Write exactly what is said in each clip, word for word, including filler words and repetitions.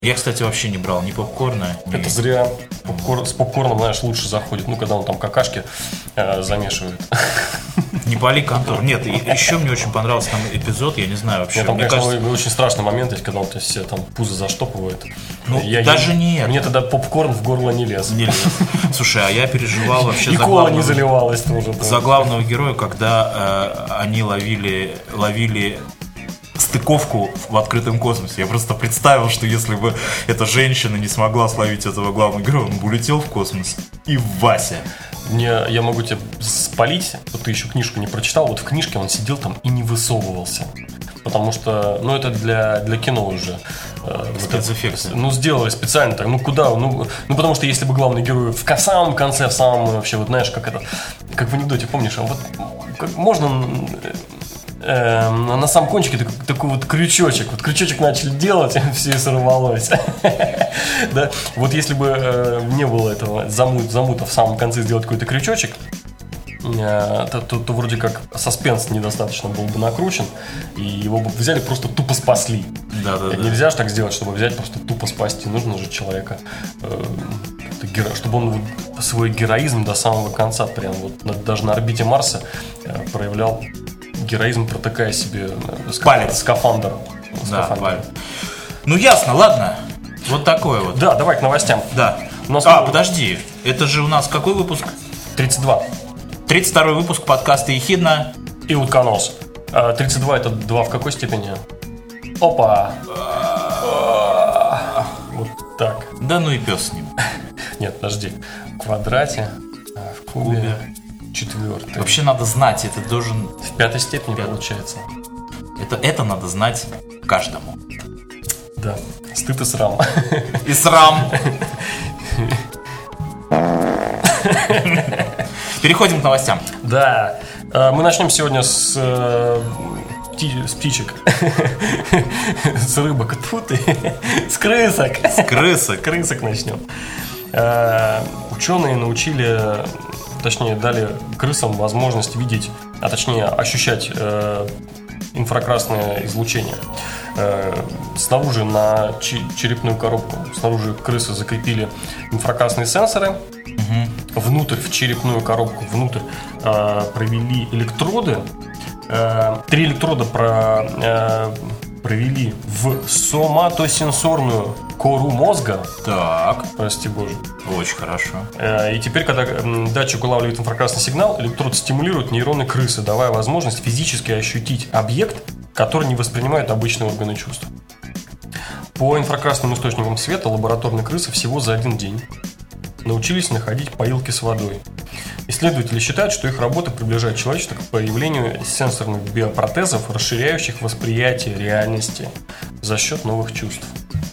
Я, кстати, вообще не брал ни попкорна, ни... Это зря. Попкорн, с попкорном, знаешь, лучше заходит. Ну, когда он там какашки э, замешивает. Не пали контор. Нет, и, еще мне очень понравился там эпизод, я не знаю вообще. Нет, там, мне конечно, кажется... очень страшный момент есть, когда он то есть, себе там пузо заштопывает. Ну, я, даже я, не это. Мне тогда попкорн в горло не лез. Не лез. Слушай, а я переживал вообще и за кола главного... не заливалась тоже. За главного героя, когда э, они ловили, ловили стыковку в открытом космосе. Я просто представил, что если бы эта женщина не смогла словить этого главного героя, он бы улетел в космос и в Вася. Мне, я могу тебя спалить, вот ты еще книжку не прочитал, вот в книжке он сидел там и не высовывался. Потому что, ну, это для, для кино уже. Спецэффекты. Вот, ну, сделали специально так. Ну, куда? Ну, ну, потому что если бы главный герой в самом конце, в самом вообще, вот знаешь, как это, как в анекдоте, помнишь, а вот как можно... Э, на самом кончике такой, такой вот крючочек. Вот крючочек начали делать, все и сорвалось. Да? Вот если бы э, не было этого замут, замута в самом конце сделать какой-то крючочек, э, то, то, то вроде как соспенс недостаточно был бы накручен, и его бы взяли, просто тупо спасли. Да, да, Нельзя да. же так сделать, чтобы взять, просто тупо спасти. Нужно же человека, э, геро... чтобы он вот свой героизм до самого конца, прям вот даже на орбите Марса э, проявлял героизм, протыкая себе скаф... палец. скафандр. Да, скафандр. палец. Ну ясно, ладно. Вот такое вот. Да, давай к новостям. Да. У нас а, мы... подожди. Это же у нас какой выпуск? тридцать два. тридцать второй выпуск подкаста «Ехидна». И утконос. А, тридцать два это два в какой степени? Опа. Вот так. Да ну и пес с ним. Нет, подожди. В квадрате, в кубе, четвертый. Вообще надо знать, это должен... В пятой степени получается. Это, это надо знать каждому. Да. Стыд и срам. И срам. Переходим к новостям. Да. Мы начнем сегодня с, с птичек. С рыбок. Тьфу ты. С крысок. С крысок. Крысок начнем. Ученые научили, точнее, дали крысам возможность видеть, а точнее ощущать инфракрасное излучение. Снаружи на черепную коробку, снаружи крысы закрепили инфракрасные сенсоры. Угу. Внутрь, в черепную коробку, внутрь э, провели электроды. Э, три электрода про, э, провели в соматосенсорную кору мозга. Так. Прости боже. Очень хорошо. Э, и теперь, когда э, датчик улавливает инфракрасный сигнал, электрод стимулирует нейроны крысы, давая возможность физически ощутить объект, который не воспринимают обычные органы чувств. По инфракрасным источникам света лабораторные крысы всего за один день научились находить поилки с водой. Исследователи считают, что их работа приближает человечество к появлению сенсорных биопротезов, расширяющих восприятие реальности за счет новых чувств.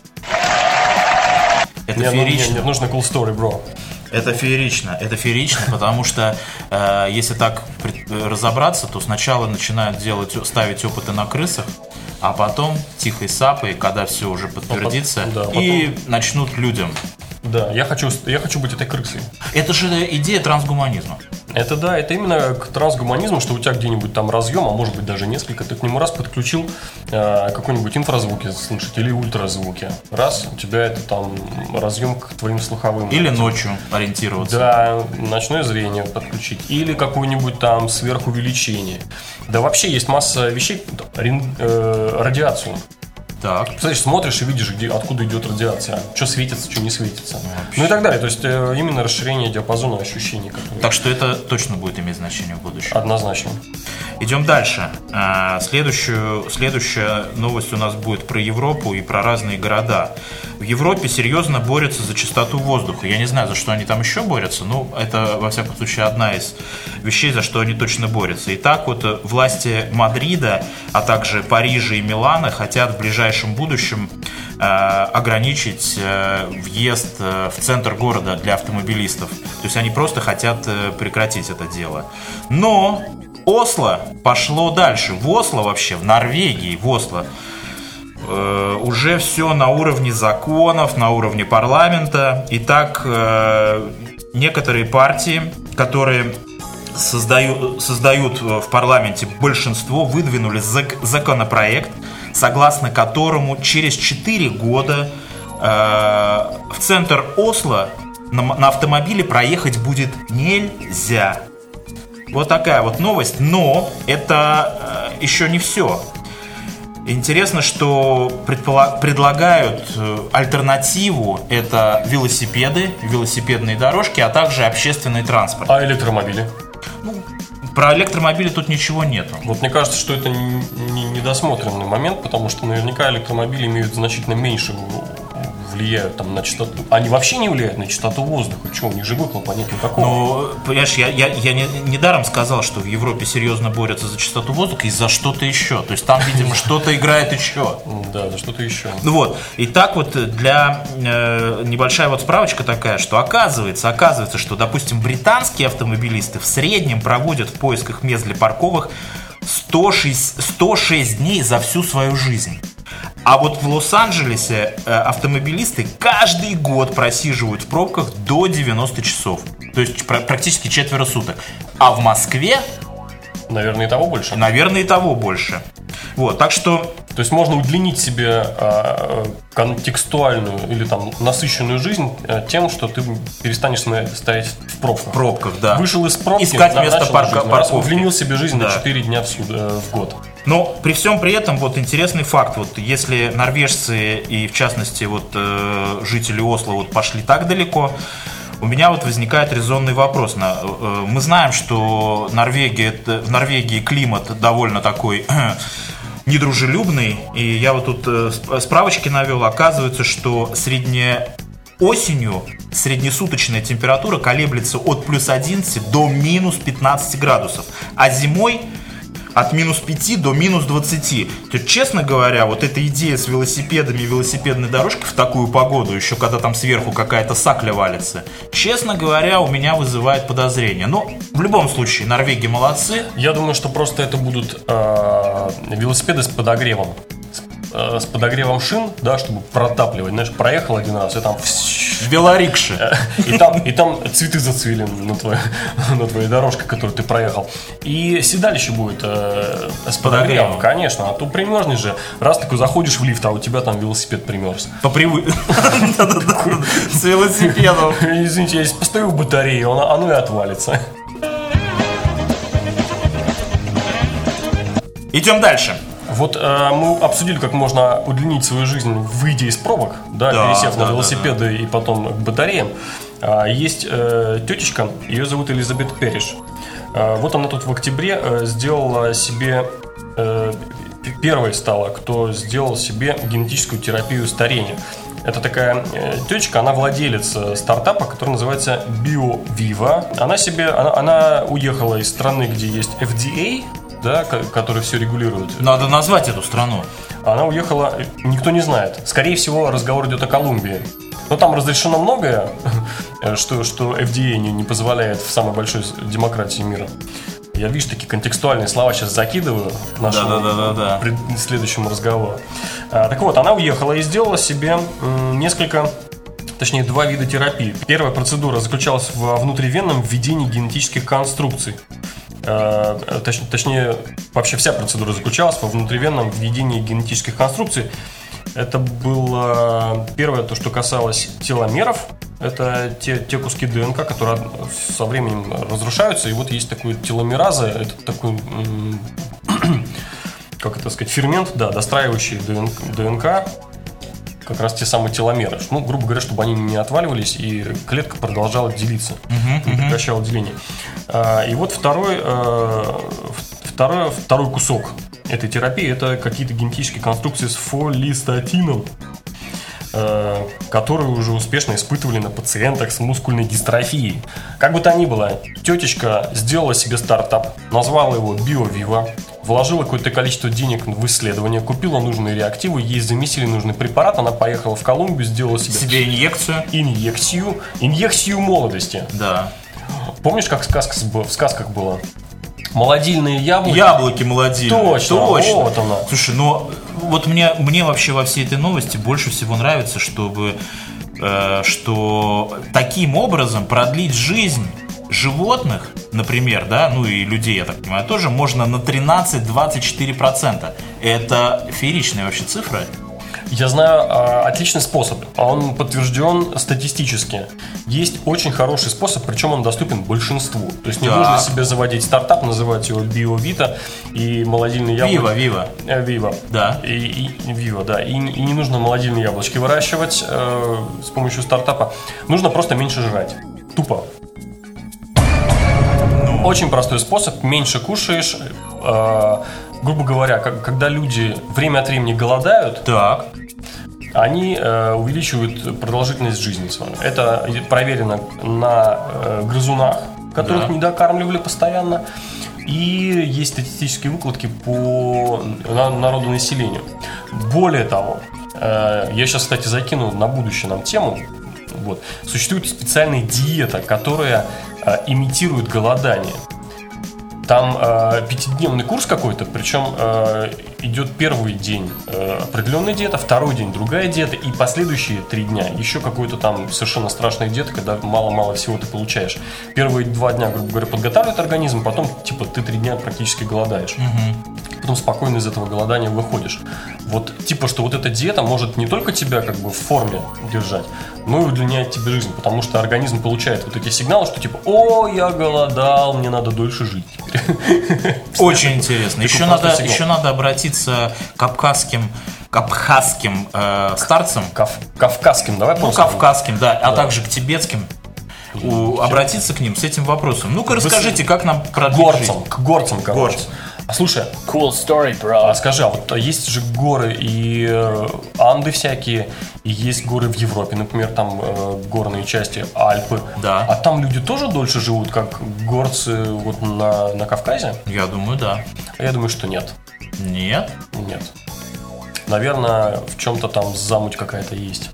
Это мне, феерично. Мне, мне нужно cool story, бро. Это феерично, это феерично, потому что э, если так разобраться, то сначала начинают делать, ставить опыты на крысах, а потом тихой сапой, когда все уже подтвердится, да, потом... и начнут людям. Да, я хочу, я хочу быть этой крысой. Это же идея трансгуманизма. Это да, это именно к трансгуманизму, что у тебя где-нибудь там разъем, а может быть даже несколько, ты к нему раз подключил э, какой-нибудь инфразвуки слушать или ультразвуки. Раз, у тебя это там разъем к твоим слуховым. Или ночью ориентироваться. Да, ночное зрение подключить. Или какое-нибудь там сверхувеличение. Да вообще есть масса вещей, рен, э, радиацию. Так. Представляешь, смотришь и видишь, где, откуда идет радиация, что светится, что не светится. Вообще. Ну и так далее. То есть э, именно расширение диапазона ощущений. Которые... Так что это точно будет иметь значение в будущем. Однозначно. Идем дальше. Следующую, следующая новость у нас будет про Европу и про разные города. В Европе серьезно борются за чистоту воздуха. Я не знаю, за что они там еще борются, но это, во всяком случае, одна из вещей, за что они точно борются. Итак, вот власти Мадрида, а также Парижа и Милана хотят в ближайшем будущем э, ограничить э, въезд э, в центр города для автомобилистов. То есть они просто хотят э, прекратить это дело. Но Осло пошло дальше. В Осло вообще, в Норвегии, в Осло э, уже все на уровне законов, на уровне парламента. Итак, э, некоторые партии, которые создают, создают в парламенте большинство, выдвинули зак- законопроект, согласно которому через четыре года в центр Осло на, на автомобиле проехать будет нельзя. Вот такая вот новость. Но это еще не все. Интересно, что предполаг... предлагают альтернативу. Это велосипеды, велосипедные дорожки, а также общественный транспорт. А электромобили? Ну, про электромобили тут ничего нету. Вот мне кажется, что это недосмотренный момент, потому что наверняка электромобили имеют значительно меньше влияют там на частоту. Они вообще не влияют на частоту воздуха. Чего, у них же выхлопа нет никакого. Ну, понимаешь, я, я, я не, недаром сказал, что в Европе серьезно борются за частоту воздуха и за что-то еще. То есть там, видимо, что-то играет еще. Да, за что-то еще. Ну вот. И так вот для э, небольшая вот справочка такая, что оказывается, оказывается, что, допустим, британские автомобилисты в среднем проводят в поисках мест для парковок сто шесть дней за всю свою жизнь. А вот в Лос-Анджелесе э, автомобилисты каждый год просиживают в пробках до девяноста часов. То есть пр- практически четверо суток. А в Москве... Наверное, и того больше. Наверное, и того больше. Вот, так что... То есть можно удлинить себе э, контекстуальную или там насыщенную жизнь э, тем, что ты перестанешь стоять в пробках. В пробках, да. Вышел из пробки, искать место парка, парковки. Удлинил себе жизнь да. на четыре дня в, э, в год. Но при всем при этом вот интересный факт, вот если норвежцы и в частности вот э, жители Осло вот пошли так далеко, у меня вот возникает резонный вопрос. Мы знаем, что Норвегия, в Норвегии климат довольно такой недружелюбный, и я вот тут справочки навел, оказывается, что средне осенью среднесуточная температура колеблется от плюс одиннадцати до минус пятнадцати градусов, а зимой от минус пяти до минус двадцати. То есть, честно говоря, вот эта идея с велосипедами и велосипедной дорожкой в такую погоду, еще когда там сверху какая-то сакля валится, честно говоря, у меня вызывает подозрение. Но в любом случае, Норвегия молодцы. Я думаю, что просто это будут э, велосипеды с подогревом. С, э, с подогревом шин, да, чтобы протапливать. Знаешь, проехал один раз, и там... Велорикши. И там, и там цветы зацвели на твоей, на твоей дорожке, которую ты проехал. И седалище будет э, с подогревом, конечно. А то примерзнешь же. Раз такой заходишь в лифт, а у тебя там велосипед примерз. По привычке. С велосипедом. Извините, я здесь постою в батарее, оно и отвалится. Идем дальше. Вот э, мы обсудили, как можно удлинить свою жизнь, выйдя из пробок, да, да, пересев да, на велосипеды да, да. и потом к батареям. А, есть э, тетечка, ее зовут Элизабет Перриш. А, вот она тут в октябре э, сделала себе, э, первой стала, кто сделал себе генетическую терапию старения. Это такая э, тетечка, она владелец э, стартапа, который называется BioViva. Она себе, она, она уехала из страны, где есть эф ди эй, да, который все регулирует. Надо назвать эту страну. Она уехала, никто не знает. Скорее всего, разговор идет о Колумбии. Но там разрешено многое, что, что эф ди эй не, не позволяет в самой большой демократии мира. Я, видишь, такие контекстуальные слова сейчас закидываю нашему да, да, да, да, да. следующему разговору. А, так вот, она уехала и сделала себе м, несколько... Точнее, два вида терапии. Первая процедура заключалась во внутривенном введении генетических конструкций. Точ, точнее, вообще вся процедура заключалась во внутривенном введении генетических конструкций. Это было первое, то, что касалось теломеров. Это те, те куски ДНК, которые со временем разрушаются. И вот есть такой теломераза, это такой, как это сказать, фермент, да, достраивающий ДНК. Как раз те самые теломеры. Ну, грубо говоря, чтобы они не отваливались, и клетка продолжала делиться, uh-huh, не прекращала uh-huh. деление. А, и вот второй, а, второй, второй кусок этой терапии – это какие-то генетические конструкции с фолистатином, а, которые уже успешно испытывали на пациентах с мускульной дистрофией. Как бы то ни было, тетечка сделала себе стартап, назвала его BioViva, вложила какое-то количество денег в исследование, купила нужные реактивы, ей замесили нужный препарат, она поехала в Колумбию, сделала себе, себе инъекцию. инъекцию, инъекцию молодости. Да. Помнишь, как в сказках, в сказках было? Молодильные яблоки. Яблоки молодильные. Точно, Точно. Вот она. Слушай, но вот мне, мне вообще во всей этой новости больше всего нравится, чтобы, э, что таким образом продлить жизнь животных, например, да, ну и людей, я так понимаю, тоже можно на тринадцать-двадцать четыре процента. Это фееричная вообще цифра. Я знаю а, отличный способ, он подтвержден статистически. Есть очень хороший способ, причем он доступен большинству. То есть не так. нужно себе заводить стартап, называть его BioVita и молодильные яблоки. Viva, Viva. Viva. Да. И, и, Viva, да. И, и не нужно молодильные яблочки выращивать э, с помощью стартапа. Нужно просто меньше жрать. Тупо. Ну. Очень простой способ. Меньше кушаешь. Э, грубо говоря, как, когда люди время от времени голодают, так. они э, увеличивают продолжительность жизни с вами. Это проверено на э, грызунах, которых да. не докармливали постоянно. И есть статистические выкладки по народонаселению. Более того, э, я сейчас, кстати, закину на будущее нам тему. Вот. Существует специальная диета, которая э, имитирует голодание. Там э, пятидневный курс какой-то, причем э, идет первый день э, определенная диета, второй день другая диета, и последующие три дня еще какой-то там совершенно страшная диета, когда мало-мало всего ты получаешь. Первые два дня, грубо говоря, подготавливает организм, потом типа ты три дня практически голодаешь. Угу. Потом спокойно из этого голодания выходишь. Вот типа, что вот эта диета может не только тебя как бы в форме держать, но и удлиняет тебе жизнь, потому что организм получает вот эти сигналы, что типа, о, я голодал, мне надо дольше жить теперь. Очень интересно. Еще надо, еще надо обратиться к абхазским, к абхазским э, старцам. Кав, кавказским, давай ну, кавказским, да, а да. также к тибетским. У, обратиться к ним с этим вопросом. Ну-ка, расскажите, как нам продлить горцам, к горцам, короче. Горцам. А слушай, cool story, bro. А скажи, а вот есть же горы и э, Анды всякие, и есть горы в Европе, например, там э, горные части, Альпы. Да. А там люди тоже дольше живут, как горцы вот на, на Кавказе? Я думаю, да. А я думаю, что нет. Нет? Нет. Наверное, в чем-то там замуть какая-то есть.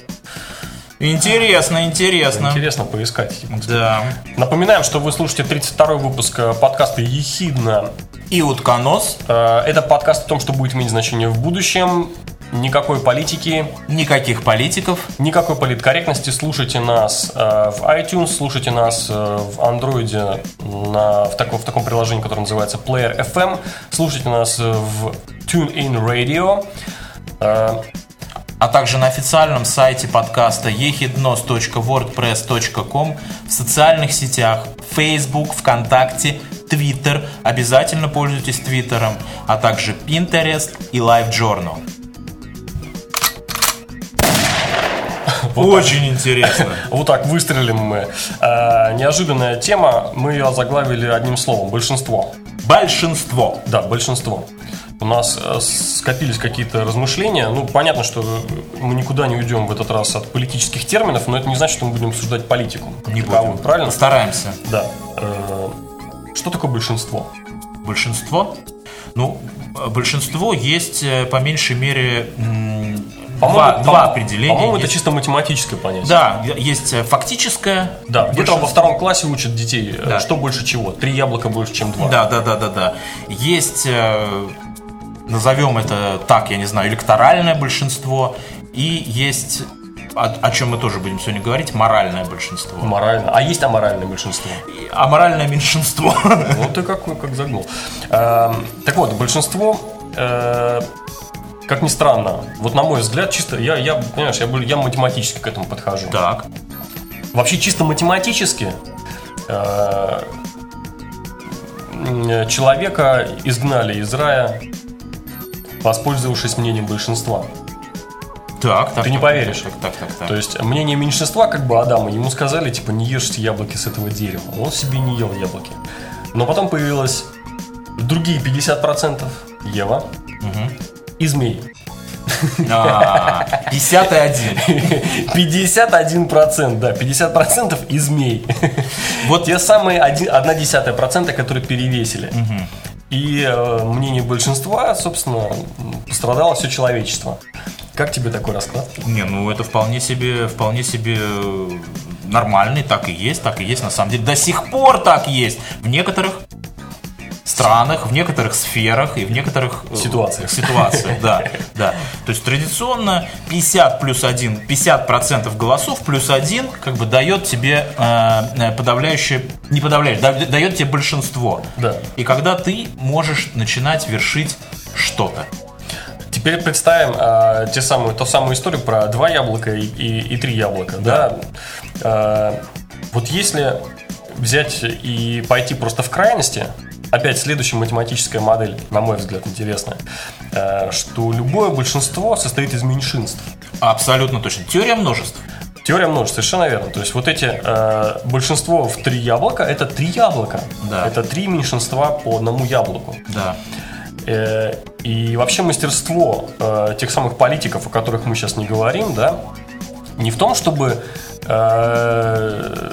Интересно, интересно. Интересно поискать. Да. Напоминаем, что вы слушаете тридцать второй выпуск подкаста «Ехидна» и «Утконос». Это подкаст о том, что будет иметь значение в будущем. Никакой политики. Никаких политиков. Никакой политкорректности. Слушайте нас э, в iTunes, слушайте нас э, в Android на, в, таком, в таком приложении, которое называется Player эф эм. Слушайте нас в TuneIn Radio. Э, а также на официальном сайте подкаста ехиднос точка вордпресс точка ком, в социальных сетях Facebook, ВКонтакте, Twitter. Обязательно пользуйтесь Твиттером, а также Pinterest и LiveJournal. Вот очень так. Интересно. Вот так выстрелим мы. Э, неожиданная тема. Мы ее озаглавили одним словом. Большинство. Большинство. Да, большинство. У нас э, скопились какие-то размышления. Ну, понятно, что мы никуда не уйдем в этот раз от политических терминов, но это не значит, что мы будем обсуждать политику. Не будем. Правильно? Постараемся. Да. Э, что такое большинство? Большинство? Ну, большинство есть, по меньшей мере... По-моему, два, два определения. По-моему, есть. Это чисто математическое понятие. Да, есть фактическое. Да, где-то во втором классе учат детей, да. Что больше чего. Три яблока больше, чем два. Да, да, да, да, да. Есть, назовем это так, я не знаю, электоральное большинство. И есть, о, о чем мы тоже будем сегодня говорить, моральное большинство. Морально. А есть аморальное большинство? Аморальное меньшинство. Вот ты как, как загнул. Так вот, большинство... Как ни странно, вот на мой взгляд, чисто я, я понимаешь, я, я математически к этому подхожу. Так. Вообще чисто математически э, человека изгнали из рая, воспользовавшись мнением большинства. Так, так. Ты не так, поверишь. Так, так, так, так. То есть мнение меньшинства, как бы Адама, ему сказали, типа, не ешьте яблоки с этого дерева. Он себе не ел яблоки. Но потом появилось другие пятьдесят процентов Ева. Угу. И змей. пятьдесят один. пятьдесят один процент, да, пятьдесят процентов и змей. Вот те самые одна десятая процента, которые перевесили. Угу. И э, мнение большинства, собственно, пострадало все человечество. Как тебе такой расклад? Не, ну это вполне себе, вполне себе нормальный, так и есть, так и есть на самом деле. До сих пор так есть. В некоторых странах, в некоторых сферах и в некоторых ситуациях. Ситуациях, да, да. То есть традиционно пятьдесят плюс один, пятьдесят процентов голосов плюс один как бы дает тебе э, подавляющее, не подавляющее, дает тебе большинство. Да. И когда ты можешь начинать вершить что-то. теперь представим а, те самые, ту самую историю про два яблока и, и, и три яблока. Да. Да? А, вот если взять и пойти просто в крайности, опять следующая математическая модель, на мой взгляд, интересная, а, что любое большинство состоит из меньшинств. Абсолютно точно. Теория множеств. Теория множеств, совершенно верно. То есть вот эти э, большинство в три яблока, это три яблока. Да. Это три меньшинства по одному яблоку. Да. Э, и вообще мастерство э, тех самых политиков, о которых мы сейчас не говорим, да, не в том, чтобы э,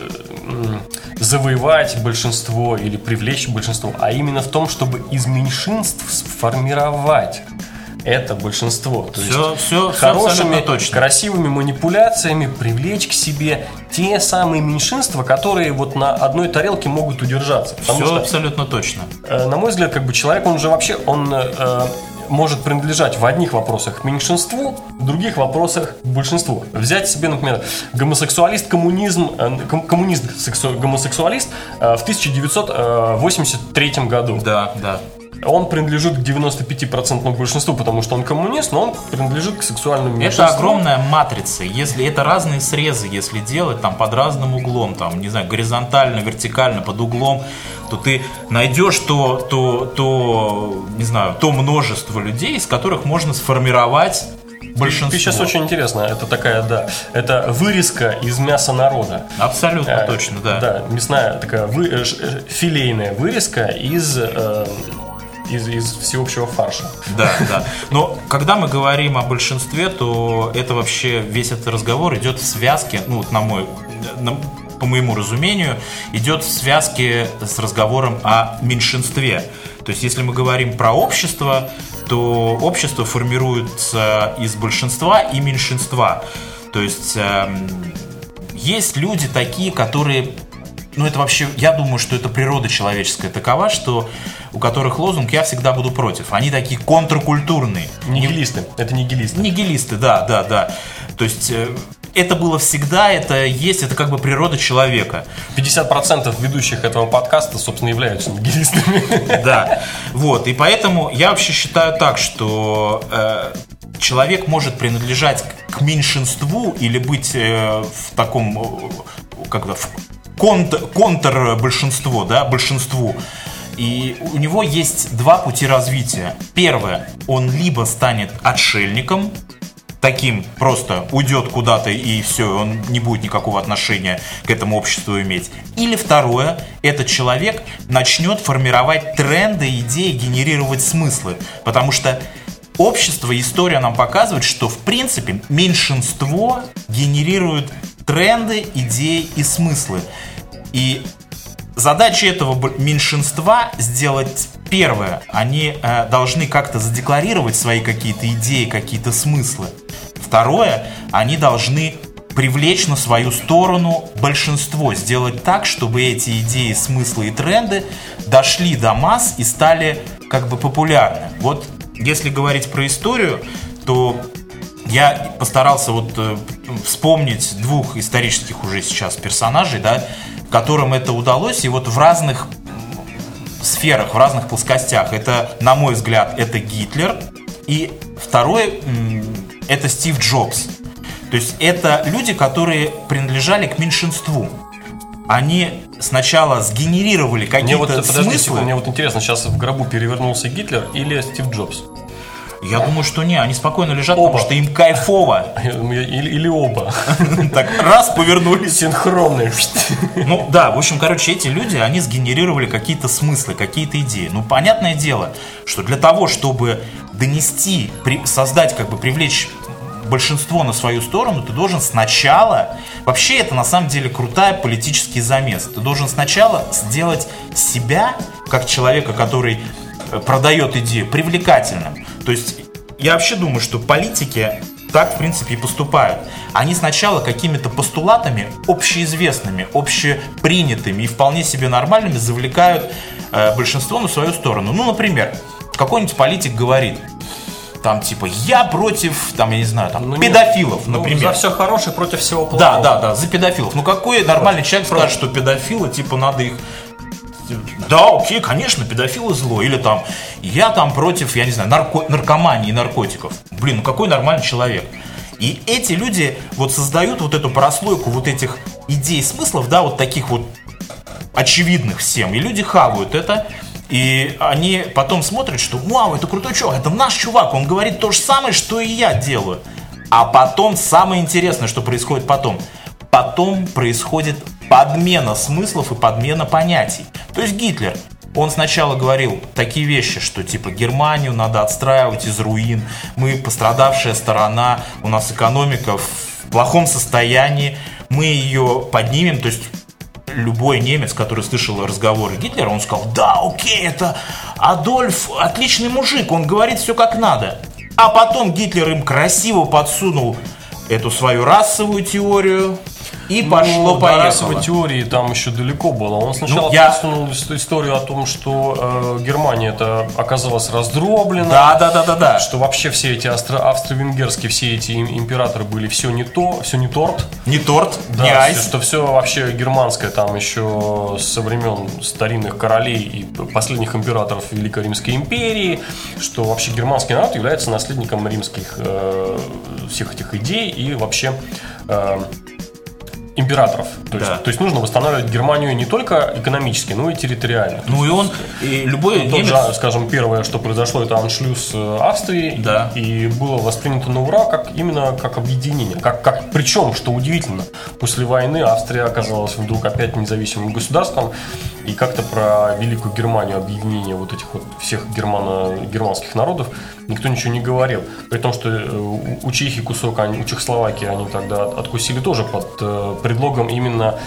завоевать большинство или привлечь большинство, а именно в том, чтобы из меньшинств сформировать это большинство. То все, есть все, хорошими, точно. красивыми манипуляциями привлечь к себе те самые меньшинства, которые вот на одной тарелке могут удержаться. Потому все что, абсолютно точно. Э, на мой взгляд, как бы человек, он же вообще, он э, может принадлежать в одних вопросах к меньшинству, в других вопросах к большинству. Взять себе, например, гомосексуалист, коммунизм, э, коммунист, сексу, гомосексуалист э, в тысяча девятьсот восемьдесят третьем году. Да, да. Он принадлежит к девяноста пяти процентам большинству, потому что он коммунист, но он принадлежит к сексуальному меньшинству. Это огромная матрица. Если это разные срезы, если делать там под разным углом, там, не знаю, горизонтально, вертикально, под углом, то ты найдешь то, то, то, не знаю, то множество людей, из которых можно сформировать большинство. Ты сейчас очень интересно, это такая, да, это вырезка из мяса народа. Абсолютно а, точно, да. Да, мясная такая вы, э, филейная вырезка из... Э, Из, из всеобщего фарша. Да, да. Но когда мы говорим о большинстве, то это вообще весь этот разговор идет в связке, ну вот на мой, на, по моему разумению, идет в связке с разговором о меньшинстве. То есть, если мы говорим про общество, то общество формируется из большинства и меньшинства. То есть э, есть люди такие, которые... Ну, это вообще, я думаю, что это природа человеческая такова, что у которых лозунг «я всегда буду против». Они такие контркультурные. Нигилисты. Это нигилисты. Нигилисты, да, да, да. То есть это было всегда, это есть, это как бы природа человека. пятьдесят процентов ведущих этого подкаста, собственно, являются нигилистами. Да, вот. И поэтому я вообще считаю так, что э, человек может принадлежать к меньшинству или быть э, в таком, э, как бы, в контр, контр большинство, да, большинству. И у него есть два пути развития. Первое, он либо станет отшельником, таким просто уйдет куда-то и все, он не будет никакого отношения к этому обществу иметь. Или второе, этот человек начнет формировать тренды, идеи, генерировать смыслы. Потому что общество и история нам показывают, что в принципе меньшинство генерирует тренды, идеи и смыслы. И задача этого меньшинства сделать первое. Они э, должны как-то задекларировать свои какие-то идеи, какие-то смыслы. Второе, они должны привлечь на свою сторону большинство. Сделать так, чтобы эти идеи, смыслы и тренды дошли до масс и стали как бы популярны. Вот если говорить про историю, то я постарался вот э, вспомнить двух исторических уже сейчас персонажей, да, которым это удалось, и вот в разных сферах, в разных плоскостях. Это, на мой взгляд, это Гитлер, и второй – это Стив Джобс. То есть это люди, которые принадлежали к меньшинству. Они сначала сгенерировали какие-то мне вот, смыслы. Подожди секунду, мне вот интересно, сейчас в гробу перевернулся Гитлер или Стив Джобс? Я думаю, что не, они спокойно лежат, оба. Потому что им кайфово. Или, или оба. Так, раз повернулись. Синхронные. Ну да, в общем, короче, эти люди, они сгенерировали какие-то смыслы, какие-то идеи. Ну, понятное дело, что для того, чтобы донести, создать, как бы привлечь большинство на свою сторону, ты должен сначала... Вообще, это на самом деле крутая политический замес. Ты должен сначала сделать себя, как человека, который продает идею, привлекательным. То есть я вообще думаю, что политики так, в принципе, и поступают. Они сначала какими-то постулатами общеизвестными, общепринятыми и вполне себе нормальными завлекают э, большинство на свою сторону. Ну, например, какой-нибудь политик говорит, там, типа, я против, там, я не знаю, там, ну, педофилов, ну, например. За все хорошее против всего плохого. Да, да, да, за педофилов. Ну, какой нормальный человек скажет, что педофилы, типа, надо их да, окей, конечно, педофилы зло. Или там, я там против, я не знаю, нарко- наркомании и наркотиков. Блин, ну какой нормальный человек. И эти люди вот создают вот эту прослойку вот этих идей, смыслов, да, вот таких вот очевидных всем. И люди хавают это. И они потом смотрят, что вау, это крутой чувак, это наш чувак, он говорит то же самое, что и я делаю. А потом, самое интересное, что происходит потом. Потом происходит подмена смыслов и подмена понятий. То есть Гитлер, он сначала говорил такие вещи, что типа Германию надо отстраивать из руин, мы пострадавшая сторона, у нас экономика в плохом состоянии, мы ее поднимем, то есть любой немец, который слышал разговоры Гитлера, он сказал, да, окей, это Адольф отличный мужик, он говорит все как надо. А потом Гитлер им красиво подсунул эту свою расовую теорию, и ну, пошло-поехало. До расовой теории там еще далеко было. Он сначала ну, я... подсунул историю о том, что э, Германия это оказалась раздроблена. Да, да, да, да, да. Что вообще все эти австро- австро-венгерские, все эти императоры были все не то, все не торт. Не торт, да, не айс. Что все вообще германское там еще со времен старинных королей и последних императоров Великой Римской империи. Что вообще германский народ является наследником римских э, всех этих идей и вообще... Э, императоров. То есть, да. то есть нужно восстанавливать Германию не только экономически, но и территориально. Ну и он, и любой Тот немец... же, скажем, первое, что произошло, это аншлюз Австрии, да. и было воспринято на ура как именно как объединение. Как, как, причем, что удивительно, после войны Австрия оказалась вдруг опять независимым государством, и как-то про Великую Германию, объединение вот этих вот всех германо, германских народов никто ничего не говорил. При том, что у чехи кусок, у Чехословакии они тогда откусили тоже под предлогом именно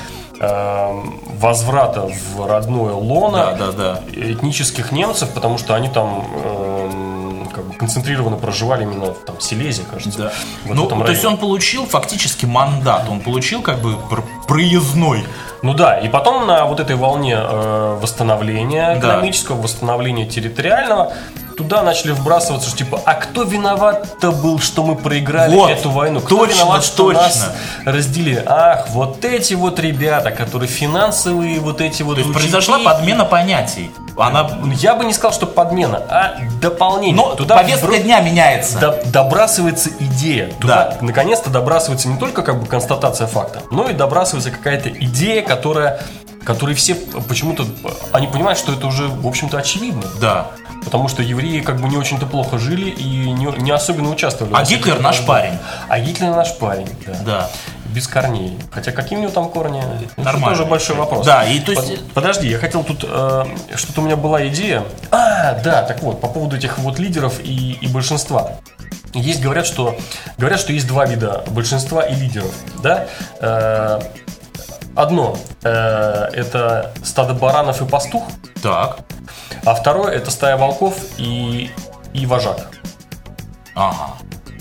э, возврата в родное лоно да, да, да. этнических немцев, потому что они там э, как бы концентрированно проживали именно там, в Силезии, кажется. Да. Вот ну, то есть он получил фактически мандат, он получил как бы проездной. Ну да, и потом на вот этой волне э, восстановления экономического, да. восстановления территориального, туда начали вбрасываться, что типа, а кто виноват-то был, что мы проиграли вот, эту войну? Кто точно, виноват, что точно. нас разделили? Ах, вот эти вот ребята, которые финансовые, вот эти вот... То есть ученики. Произошла подмена понятий. Она... Я бы не сказал, что подмена, а дополнение. Но туда повестка вбро... дня меняется. До... Добрасывается идея. Туда да. наконец-то добрасывается не только как бы констатация факта, но и добрасывается какая-то идея, которая... которые все почему-то... Они понимают, что это уже, в общем-то, очевидно. Да. Потому что евреи как бы не очень-то плохо жили и не, не особенно участвовали. А Гитлер наш парень. А Гитлер наш парень, да. Да. Без корней. Хотя какие у него там корни? Нормально. Это тоже большой вопрос. Да, и то есть... Под, подожди, я хотел тут... Э, что-то у меня была идея. А, да, так вот, по поводу этих вот лидеров и, и большинства. Есть, говорят, что, говорят, что есть два вида большинства и лидеров. Да? Э, одно э, это стадо баранов и пастух. Так. А второе это стая волков и, и вожак. Ага.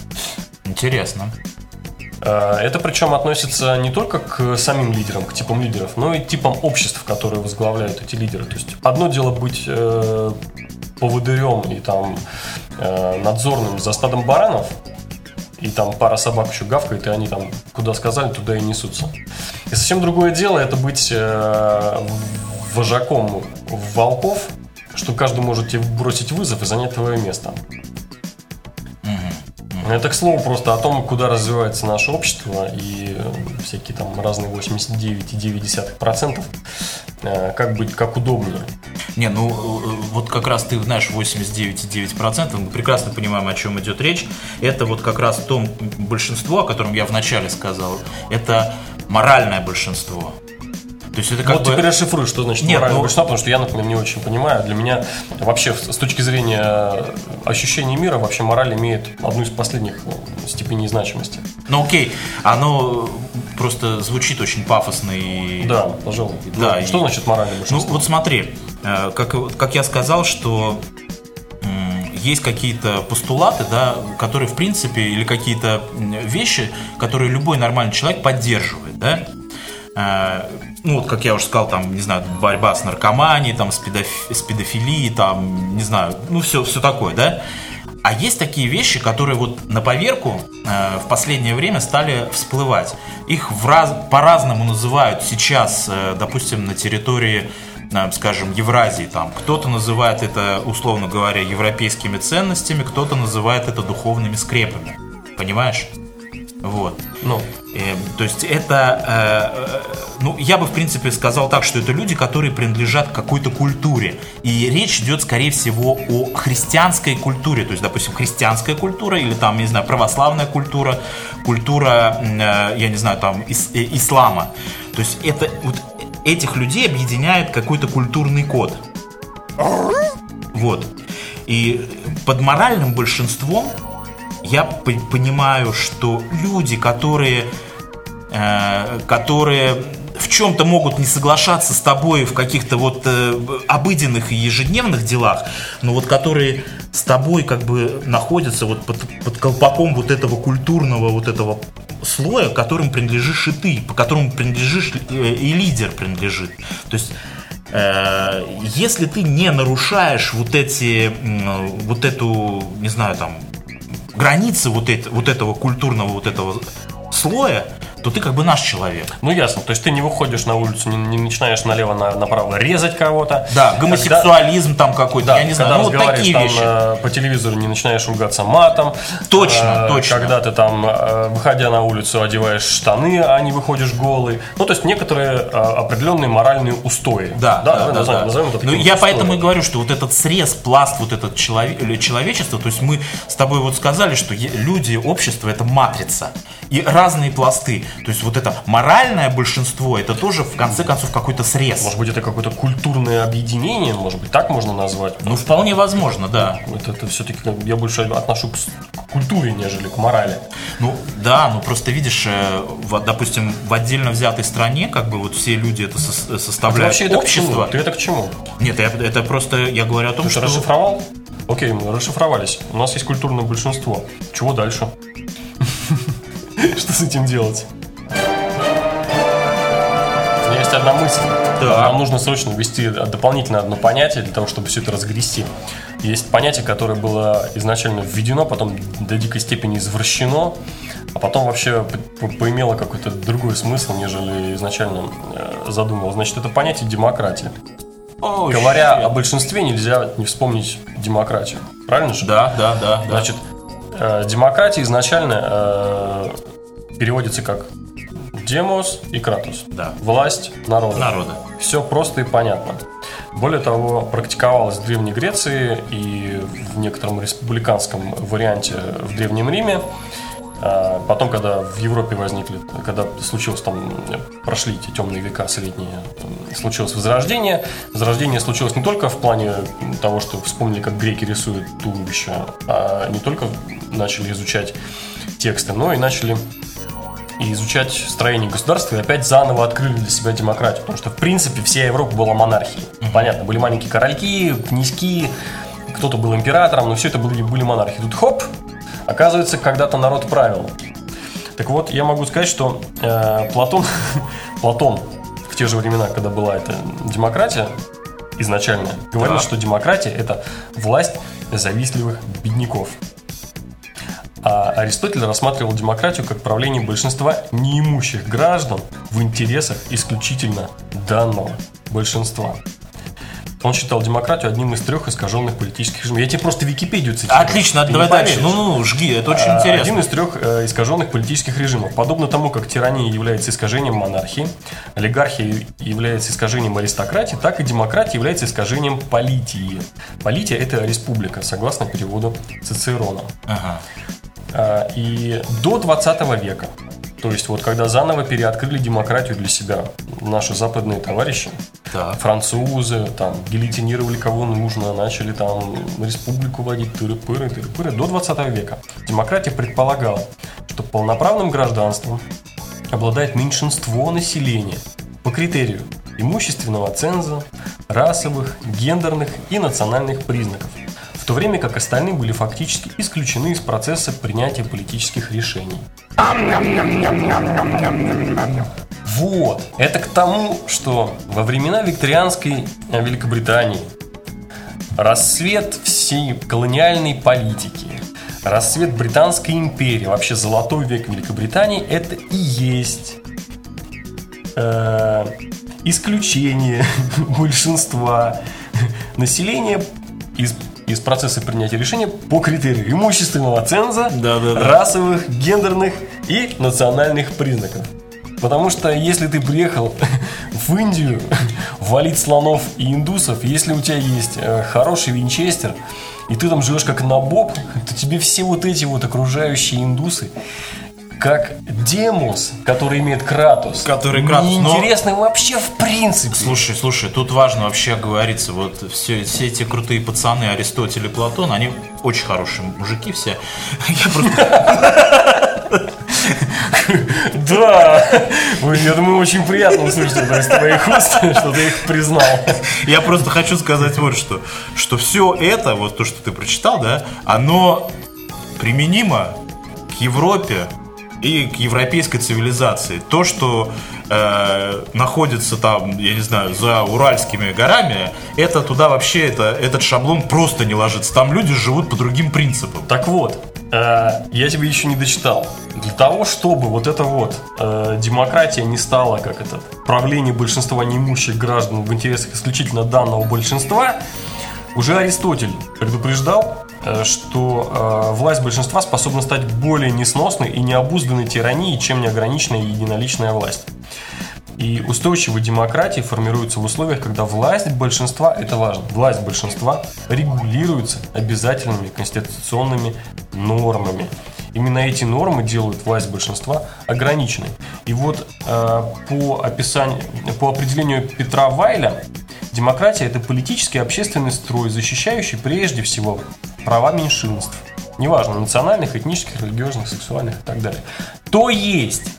Интересно. Это причем относится не только к самим лидерам, к типам лидеров, но и типам обществ, которые возглавляют эти лидеры. То есть одно дело быть э, поводырем и там э, надзорным за стадом баранов, и там пара собак еще гавкает, и они там куда сказали, туда и несутся. И совсем другое дело это быть э, вожаком волков, что каждый может тебе бросить вызов и занять твое место. Это, к слову, просто о том, куда развивается наше общество и всякие там разные восемьдесят девять целых девять десятых процента, как быть, как удобнее. Не, ну вот как раз ты знаешь восемьдесят девять целых девять десятых процента, мы прекрасно понимаем, о чем идет речь. Это вот как раз то большинство, о котором я вначале сказал, это моральное большинство. То есть это как вот бы... теперь расшифруй, что значит Нет, моральное ну... большинство, потому что я, например, не очень понимаю. Для меня вообще с точки зрения ощущения мира вообще мораль имеет одну из последних степеней значимости. Ну окей, оно просто звучит очень пафосно и... Да, пожалуй. Да, ну, и... Что значит моральное большинство? Ну вот смотри, как, как я сказал, что есть какие-то постулаты, да, которые в принципе, или какие-то вещи, которые любой нормальный человек поддерживает, да? Ну, вот, как я уже сказал, там, не знаю, борьба с наркоманией, там, с, педофи- с педофилией, там, не знаю, ну, все, все такое, да? А есть такие вещи, которые вот на поверку э, в последнее время стали всплывать. Их в раз- по-разному называют сейчас, э, допустим, на территории скажем, Евразии. Там. Кто-то называет это, условно говоря, европейскими ценностями, кто-то называет это духовными скрепами. Понимаешь? Вот. Ну. Э, то есть это, э, ну, я бы в принципе сказал так, что это люди, которые принадлежат к какой-то культуре. И речь идет, скорее всего, о христианской культуре. То есть, допустим, христианская культура или там, не знаю, православная культура, культура, э, я не знаю, там, ис- э, ислама. То есть это вот этих людей объединяет какой-то культурный код. Вот. И под моральным большинством я понимаю, что люди, которые, э, которые в чем-то могут не соглашаться с тобой в каких-то вот э, обыденных и ежедневных делах, но вот которые с тобой как бы находятся вот под, под колпаком вот этого культурного вот этого слоя, которым принадлежишь и ты, по которому принадлежишь и лидер принадлежит. То есть э, если ты не нарушаешь вот эти, э, вот эту, не знаю, там, границы вот, это, вот этого культурного вот этого слоя, то ты как бы наш человек. Ну ясно, то есть ты не выходишь на улицу, не, не начинаешь налево на, направо резать кого-то. Да, гомосексуализм когда, там какой-то, да, я не знаю, ну вот такие там, вещи. Э, по телевизору не начинаешь ругаться матом. Точно, э, точно. Когда ты там, э, выходя на улицу, одеваешь штаны, а не выходишь голый. Ну, то есть некоторые э, определенные моральные устои. Да, да, да. Назовем, да. назовем это ну, я устоями. поэтому и говорю, что вот этот срез, пласт вот этот челове- человечества, то есть мы с тобой вот сказали, что люди, общество — это матрица. И разные пласты. То есть вот это моральное большинство, это тоже в конце концов какой-то срез. Может быть, это какое-то культурное объединение, может быть, так можно назвать? Ну, вполне возможно, да. Это, это все-таки я больше отношу к культуре, нежели к морали. Ну, да, ну просто видишь, вот, допустим, в отдельно взятой стране, как бы вот все люди это со- составляют а ты вообще общество. Это Ты это к чему? Нет, я, это просто я говорю о том, Ты что... что, расшифровал? Окей, мы расшифровались. У нас есть культурное большинство. Чего дальше? Что с этим делать? У меня есть одна мысль. Да. Нам нужно срочно ввести дополнительно одно понятие для того, чтобы все это разгрести. Есть понятие, которое было изначально введено, потом до дикой степени извращено, а потом вообще по- поимело какой-то другой смысл, нежели изначально э, задумывал. Значит, это понятие демократия. О, Говоря щит. о большинстве, нельзя не вспомнить демократию. Правильно же? Да, да, да. да. Значит, э, демократия изначально э, переводится как демос и кратос. Да. Власть народа. Народа. Все просто и понятно. Более того, практиковалось в Древней Греции и в некотором республиканском варианте в Древнем Риме. А потом, когда в Европе возникли, когда случилось там, прошли эти темные века средние, случилось возрождение. Возрождение случилось не только в плане того, что вспомнили, как греки рисуют туловище, а не только начали изучать тексты, но и начали и изучать строение государства, и опять заново открыли для себя демократию. Потому что, в принципе, вся Европа была монархией. Понятно, были маленькие корольки, князьки, кто-то был императором, но все это были, были монархии. Тут хоп, оказывается, когда-то народ правил. Так вот, я могу сказать, что э, Платон, Платон в те же времена, когда была эта демократия изначально, говорил, Да. что демократия – это власть завистливых бедняков. А Аристотель рассматривал демократию как правление большинства неимущих граждан в интересах исключительно данного большинства. Он считал демократию одним из трех искаженных политических режимов. Я тебе просто Википедию цитирую. Отлично, Ты давай не дальше. поверишь. Ну, ну, жги, это очень А, интересно. Один из трех э, искаженных политических режимов. Подобно тому, как тирания является искажением монархии, олигархия является искажением аристократии, так и демократия является искажением политии. Полития – это республика, согласно переводу Цицерона. Ага. А, И до двадцатого века, то есть вот когда заново переоткрыли демократию для себя наши западные товарищи, Так. французы там гильотинировали кого нужно, начали там республику вводить, тыры-пыры, тыры-пыры. До двадцатого века демократия предполагала, что полноправным гражданством обладает меньшинство населения по критерию имущественного ценза, расовых, гендерных и национальных признаков, в то время как остальные были фактически исключены из процесса принятия политических решений. Вот. Это к тому, что во времена викторианской Великобритании расцвет всей колониальной политики, расцвет Британской империи, вообще золотой век Великобритании, это и есть э, исключение большинства населения из, из процесса принятия решения по критерию имущественного ценза, да, да, да. расовых, гендерных и национальных признаков. Потому что если ты приехал в Индию валить слонов и индусов, если у тебя есть э, хороший винчестер, и ты там живешь как набоб, то тебе все вот эти вот окружающие индусы, как Демос, который имеет Кратос, который Кратос, неинтересны но... вообще в принципе. Слушай, слушай, тут важно вообще говориться, вот все, все эти крутые пацаны, Аристотель и Платон, они очень хорошие мужики все. Я просто... Да, я думаю, очень приятно услышать это из твоих уст, что ты их признал. Я просто хочу сказать вот что, что все это, вот то, что ты прочитал, да, оно применимо к Европе и к европейской цивилизации. То, что э, находится там, я не знаю, за Уральскими горами, это туда вообще, это, этот шаблон просто не ложится. Там люди живут по другим принципам. Так вот, э, я тебе еще не дочитал. Для того, чтобы вот эта вот э, демократия не стала, как это, правление большинства неимущих граждан в интересах исключительно данного большинства, уже Аристотель предупреждал, что э, власть большинства способна стать более несносной и необузданной тиранией, чем неограниченная единоличная власть. И устойчивая демократия формируется в условиях, когда власть большинства, это важно, власть большинства регулируется обязательными конституционными нормами. Именно эти нормы делают власть большинства ограниченной. И вот э, по описанию, по определению Петра Вайля, демократия – это политический и общественный строй, защищающий прежде всего права меньшинств. Неважно, национальных, этнических, религиозных, сексуальных и так далее. То есть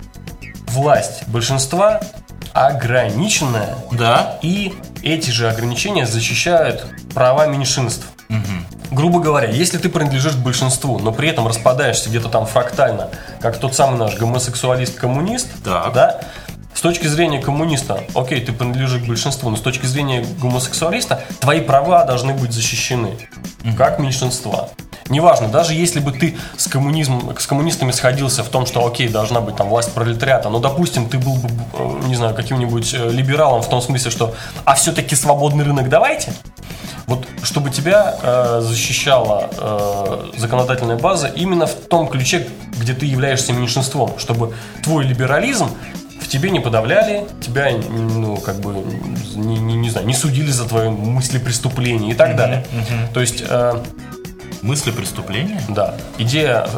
власть большинства ограниченная, да. И эти же ограничения защищают права меньшинств. Угу. Грубо говоря, если ты принадлежишь к большинству, но при этом распадаешься где-то там фрактально, как тот самый наш гомосексуалист-коммунист, да, с точки зрения коммуниста, окей, ты принадлежишь к большинству, но с точки зрения гомосексуалиста твои права должны быть защищены, mm-hmm. как меньшинства. Неважно, даже если бы ты с, коммунизмом, с коммунистами сходился в том, что окей, должна быть там власть пролетариата, но, допустим, ты был бы, не знаю, каким-нибудь либералом в том смысле, что а все-таки свободный рынок давайте. Вот чтобы тебя э, защищала э, законодательная база именно в том ключе, где ты являешься меньшинством, чтобы твой либерализм в тебе не подавляли, тебя, ну, как бы, не, не, не знаю, не судили за твои мысли преступления и так mm-hmm, далее. Mm-hmm. То есть... Э, мысли преступления? Да. Идея,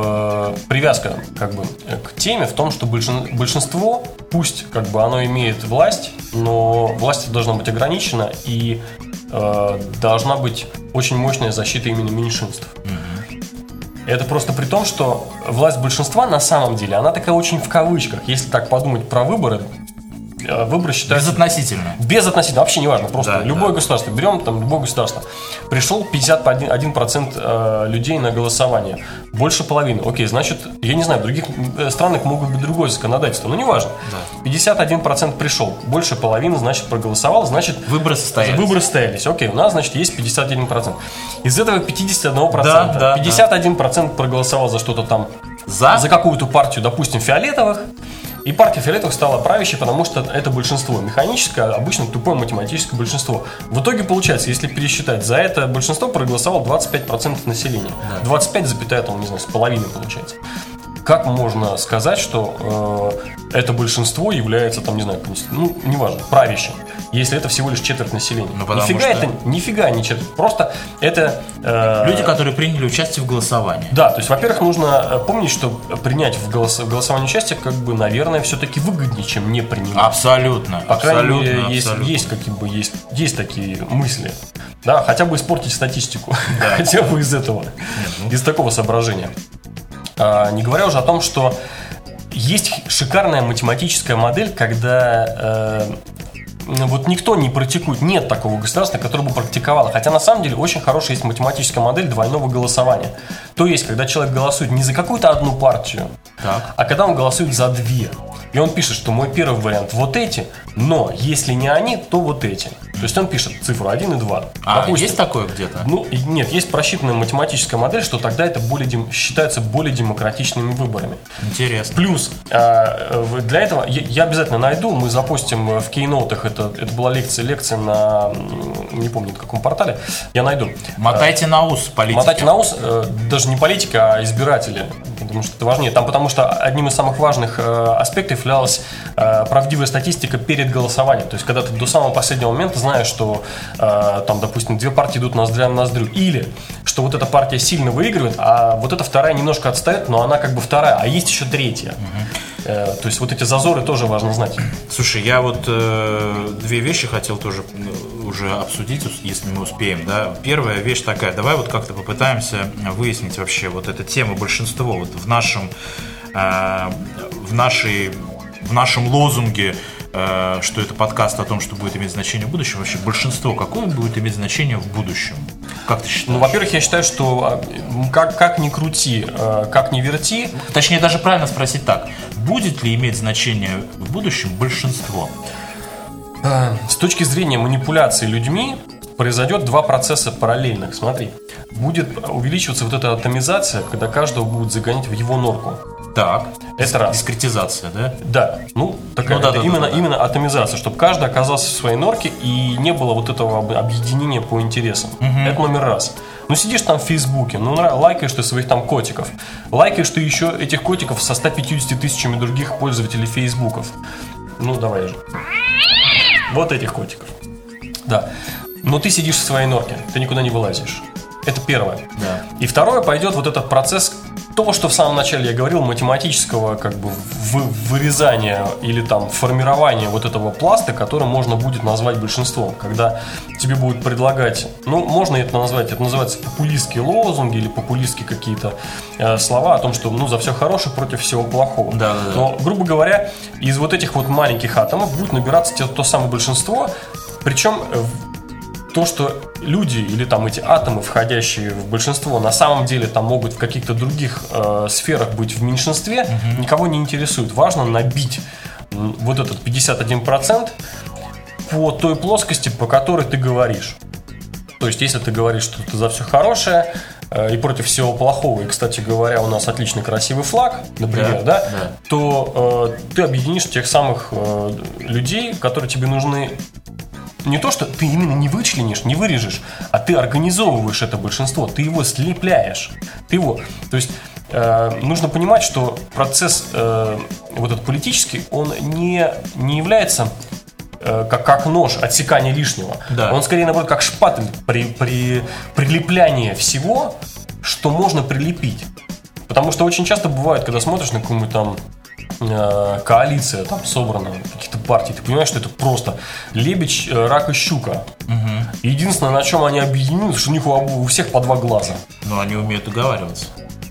э, привязка, как бы, к теме в том, что большин, большинство, пусть, как бы, оно имеет власть, но власть должна быть ограничена и э, должна быть очень мощная защита именно меньшинств. Mm-hmm. Это просто при том, что власть большинства на самом деле, она такая очень в кавычках. Если так подумать про выборы, выборы считаются... Безотносительно. Безотносительно, вообще не важно. Просто да, любое да. государство, берем там любое государство. Пришел пятьдесят один процент людей на голосование. Больше половины. Окей, значит, я не знаю, в других странах могут быть другое законодательство, но не важно. Да. пятьдесят один процент пришел. Больше половины, значит, проголосовал, значит... Выборы состоялись. Выборы состоялись. Окей, у нас, значит, есть пятьдесят один процент. Из этого пятьдесят один процент. Да, да, пятьдесят один процент проголосовал за что-то там... За? За какую-то партию, допустим, фиолетовых. И партия фиолетовых стала правящей, потому что это большинство. Механическое, обычно тупое математическое большинство. В итоге получается, если пересчитать, за это большинство проголосовало двадцать пять процентов населения. Да. двадцать пять, там, не знаю, с половиной получается. Как можно сказать, что э, это большинство является, там, не знаю, ну, неважно, правящим, если это всего лишь четверть населения? Ну, нифига что... это, нифига не четверть. Просто это... Э, люди, которые приняли участие в голосовании. Да, то есть, во-первых, нужно помнить, что принять в, голос, в голосовании участие, как бы, наверное, все-таки выгоднее, чем не принимать. Абсолютно. По крайней абсолютно, мере, есть, абсолютно. есть, как бы, есть, есть такие мысли. Да, хотя бы испортить статистику. Да. Хотя бы из этого. Нет, ну... Из такого соображения. А, не говоря уже о том, что есть шикарная математическая модель, когда э, вот никто не практикует, нет такого государства, которое бы практиковало. Хотя на самом деле очень хорошая есть математическая модель двойного голосования. То есть, когда человек голосует не за какую-то одну партию, Так. А когда он голосует за две, и он пишет, что мой первый вариант вот эти, но если не они, то вот эти. То есть он пишет цифру один и два. А допустим, есть такое где-то? Ну, нет, есть просчитанная математическая модель, что тогда это более дем... считается более демократичными выборами. Интересно. Плюс, для этого я обязательно найду, мы запустим в кейнотах, это, это была лекция, лекция на, не помню, на каком портале, я найду. Мотайте на ус политики. Мотайте на ус, даже не политика, а избиратели, потому что это важнее. Там, потому что одним из самых важных аспектов являлась правдивая статистика перед голосованием. То есть, когда ты до самого последнего момента знаешь, что там, допустим, две партии идут ноздря на ноздрю, или что вот эта партия сильно выигрывает, а вот эта вторая немножко отстает, но она как бы вторая, а есть еще третья. Угу. То есть, вот эти зазоры тоже важно знать. Слушай, я вот э, две вещи хотел тоже уже обсудить, если мы успеем, да. Первая вещь такая, давай вот как-то попытаемся выяснить вообще вот эту тему большинство вот в нашем э, в нашей в нашем лозунге, э, что это подкаст о том, что будет иметь значение в будущем. Вообще большинство какое будет иметь значение в будущем? Как ты считаешь? Ну, во-первых, я считаю, что как, как ни крути, как ни верти. Точнее, даже правильно спросить так: будет ли иметь значение в будущем большинство? С точки зрения манипуляции людьми произойдет два процесса параллельных. Смотри, будет увеличиваться вот эта атомизация, когда каждого будут загонять в его норку. Так, это раз. Дискретизация, да? Да, ну такая ну, да, это да, именно, да, да. именно атомизация, чтобы каждый оказался в своей норке и не было вот этого объединения по интересам. Угу. Это номер раз. Ну сидишь там в Фейсбуке, ну лайкаешь ты своих там котиков, лайкаешь ты еще этих котиков со ста пятьюдесятью тысячами других пользователей Фейсбуков. Ну давай же. Вот этих котиков. Да. Но ты сидишь в своей норке, ты никуда не вылазишь. Это первое. Да. И второе, пойдет вот этот процесс, то, что в самом начале я говорил, математического как бы вырезания или там формирования вот этого пласта, который можно будет назвать большинством. Когда тебе будут предлагать, ну, можно это назвать, это называется популистские лозунги или популистские какие-то э, слова о том, что, ну, за все хорошее против всего плохого. Да, да, да. Но, грубо говоря, из вот этих вот маленьких атомов будет набираться то, то самое большинство, причем то, что люди или там эти атомы, входящие в большинство, на самом деле там могут в каких-то других э, сферах быть в меньшинстве, угу. никого не интересует. Важно набить вот этот пятьдесят один процент по той плоскости, по которой ты говоришь. То есть, если ты говоришь, что ты за все хорошее э, и против всего плохого, и, кстати говоря, у нас отличный красивый флаг, например, да, да, да. то э, ты объединишь тех самых э, людей, которые тебе нужны. Не то, что ты именно не вычленишь, не вырежешь, а ты организовываешь это большинство, ты его слепляешь. Ты его, то есть э, нужно понимать, что процесс э, вот этот политический, он не, не является э, как, как нож отсекания лишнего. Да. Он скорее, наоборот, как шпатель при, при прилеплянии всего, что можно прилепить. Потому что очень часто бывает, когда смотришь на какую-нибудь там коалиция там собрана, каких-то партий, ты понимаешь, что это просто лебедь, рак и щука. Угу. Единственное, на чем они объединились, что у них у всех по два глаза. Но они умеют договариваться.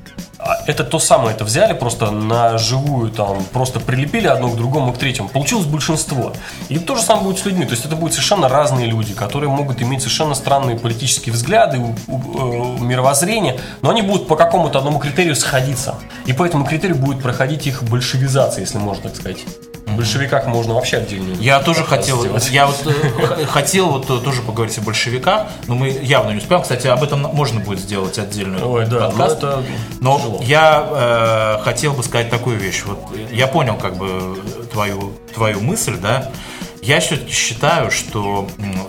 Это то самое, это взяли просто на живую, там, просто прилепили одно к другому, к третьему. Получилось большинство. И то же самое будет с людьми. То есть это будут совершенно разные люди, которые могут иметь совершенно странные политические взгляды, мировоззрение, но они будут по какому-то одному критерию сходиться. И по этому критерию будет проходить их большевизация, если можно так сказать. В большевиках можно вообще отдельно. Я тоже хотел, сделать. я вот э, хотел вот тоже поговорить о большевиках, но мы явно не успеем. Кстати, об этом можно будет сделать отдельную Ой, да, подкаст. Но, но тяжело. я э, хотел бы сказать такую вещь. Вот я понял как бы твою твою мысль, да. Я все-таки считаю, что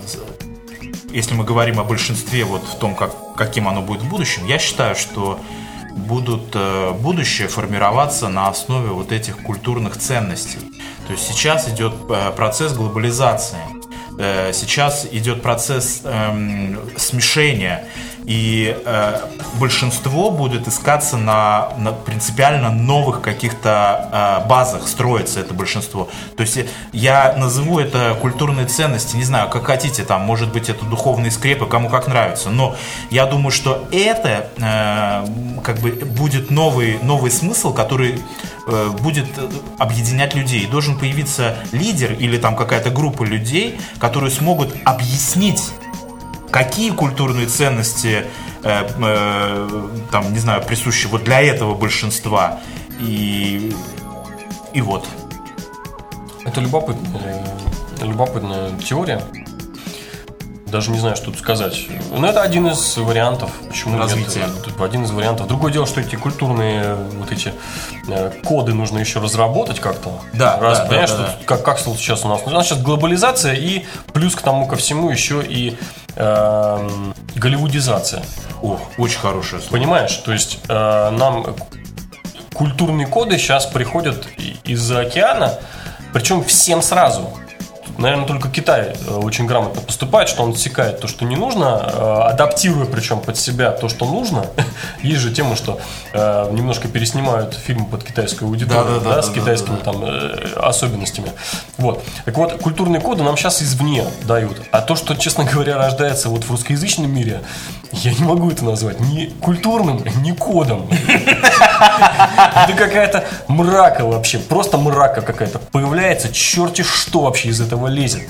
если мы говорим о большинстве вот в том, как каким оно будет в будущем, я считаю, что будут э, будущее формироваться на основе вот этих культурных ценностей. То есть сейчас идет э, процесс глобализации, э, сейчас идет процесс э, смешения, и э, большинство будет искаться на, на принципиально новых каких-то э, базах, строится это большинство. То есть я назову это культурные ценности, не знаю, как хотите, там, может быть, это духовные скрепы, кому как нравится, но я думаю, что это э, как бы будет новый, новый смысл, который э, будет объединять людей. Должен появиться лидер или там какая-то группа людей, которые смогут объяснить, какие культурные ценности э, э, там, не знаю, присущи вот для этого большинства. И, и вот. Это любопытная, любопытная теория. Даже не знаю, что тут сказать. Но это один из вариантов. Почему развития. Нет? Один из вариантов. Другое дело, что эти культурные вот эти э, коды нужно еще разработать как-то. Да, Раз, да, понимаешь, да, да, что, да. Как, как сейчас у нас? У нас сейчас глобализация и плюс к тому ко всему еще и э, голливудизация. О, очень хорошее слово. Понимаешь? То есть э, нам культурные коды сейчас приходят из-за океана, причем всем сразу. Наверное, только Китай очень грамотно поступает, что он отсекает то, что не нужно, адаптируя причем под себя то, что нужно. Есть же тема, что э, немножко переснимают фильмы под китайскую аудиторию, да, да, да, с да, китайскими да, да. Там, э, особенностями. Вот. Так вот, культурные коды нам сейчас извне дают. А то, что, честно говоря, рождается вот в русскоязычном мире, я не могу это назвать ни культурным, ни кодом. Это какая-то мрака вообще, просто мрака какая-то. Появляется черти что вообще из этого лезет.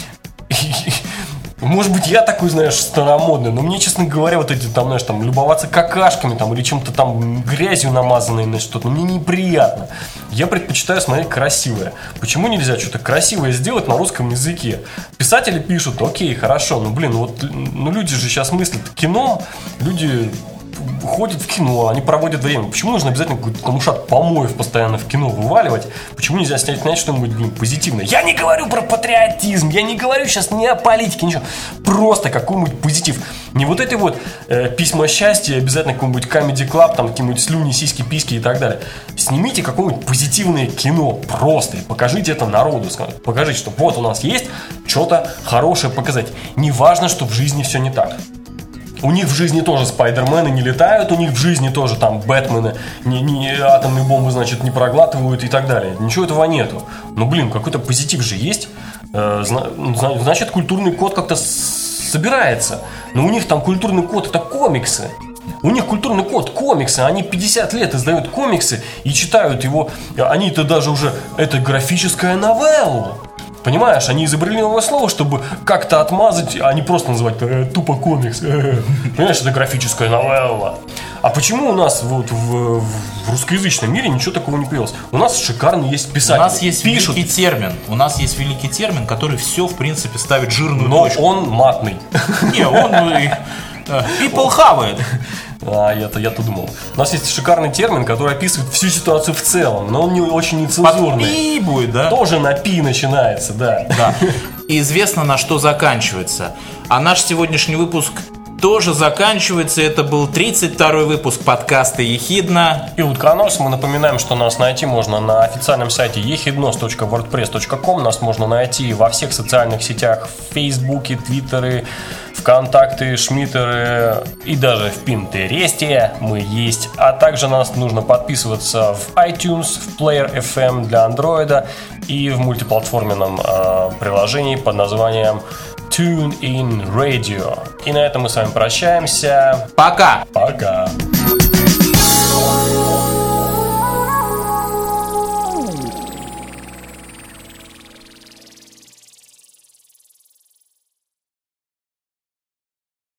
Может быть, я такой, знаешь, старомодный, но мне, честно говоря, вот эти там, знаешь, там, любоваться какашками там или чем-то там грязью намазанной на что-то, ну, мне неприятно. Я предпочитаю смотреть красивое. Почему нельзя что-то красивое сделать на русском языке? Писатели пишут, окей, хорошо, ну, блин, вот, ну, люди же сейчас мыслят кино, люди ходят в кино, они проводят время. Почему нужно обязательно какой-то там ушат помоев постоянно в кино вываливать? Почему нельзя снять, снять что-нибудь, блин, позитивное? Я не говорю про патриотизм, я не говорю сейчас ни о политике, ничего. Просто какой-нибудь позитив. Не вот эти вот э, письма счастья, обязательно какой-нибудь Comedy Club, там какие-нибудь слюни, сиськи, письки и так далее. Снимите какое-нибудь позитивное кино просто и покажите это народу. Покажите, что вот у нас есть что-то хорошее показать. Не важно, что в жизни все не так. У них в жизни тоже спайдермены не летают, у них в жизни тоже там Бэтмены не, не, атомные бомбы, значит, не проглатывают и так далее. Ничего этого нету. Но, блин, какой-то позитив же есть. Э, значит, культурный код как-то собирается. Но у них там культурный код — это комиксы. У них культурный код комиксы. Они пятьдесят лет издают комиксы и читают его. Они-то даже уже... Это графическая новелла. Понимаешь, они изобрели новое слово, чтобы как-то отмазать, а не просто называть э, тупо комикс. Э, понимаешь, это графическая новелла. А почему у нас вот в, в русскоязычном мире ничего такого не появилось? У нас шикарный есть писатель. У нас есть пишут. великий термин. У нас есть великий термин, который все, в принципе, ставит жирную Но точку. Но он матный. Не, он... People have it. А, я-то, я-то думал. У нас есть шикарный термин, который описывает всю ситуацию в целом, но он не очень нецензурный. Под пи будет, да? Тоже на пи начинается, да. Да. И известно, на что заканчивается. А наш сегодняшний выпуск тоже заканчивается. Это был тридцать второй выпуск подкаста «Ехидна». И утконос. Мы напоминаем, что нас найти можно на официальном сайте ехиднос точка вордпресс точка ком. Нас можно найти во всех социальных сетях: в Фейсбуке, Твиттере, ВКонтакте, Шмиттере и даже в Пинтересте мы есть. А также нас нужно подписываться в iTunes, в Player эф эм для андроида и в мультиплатформенном э, приложении под названием TuneIn Radio. И на этом мы с вами прощаемся. Пока! Пока!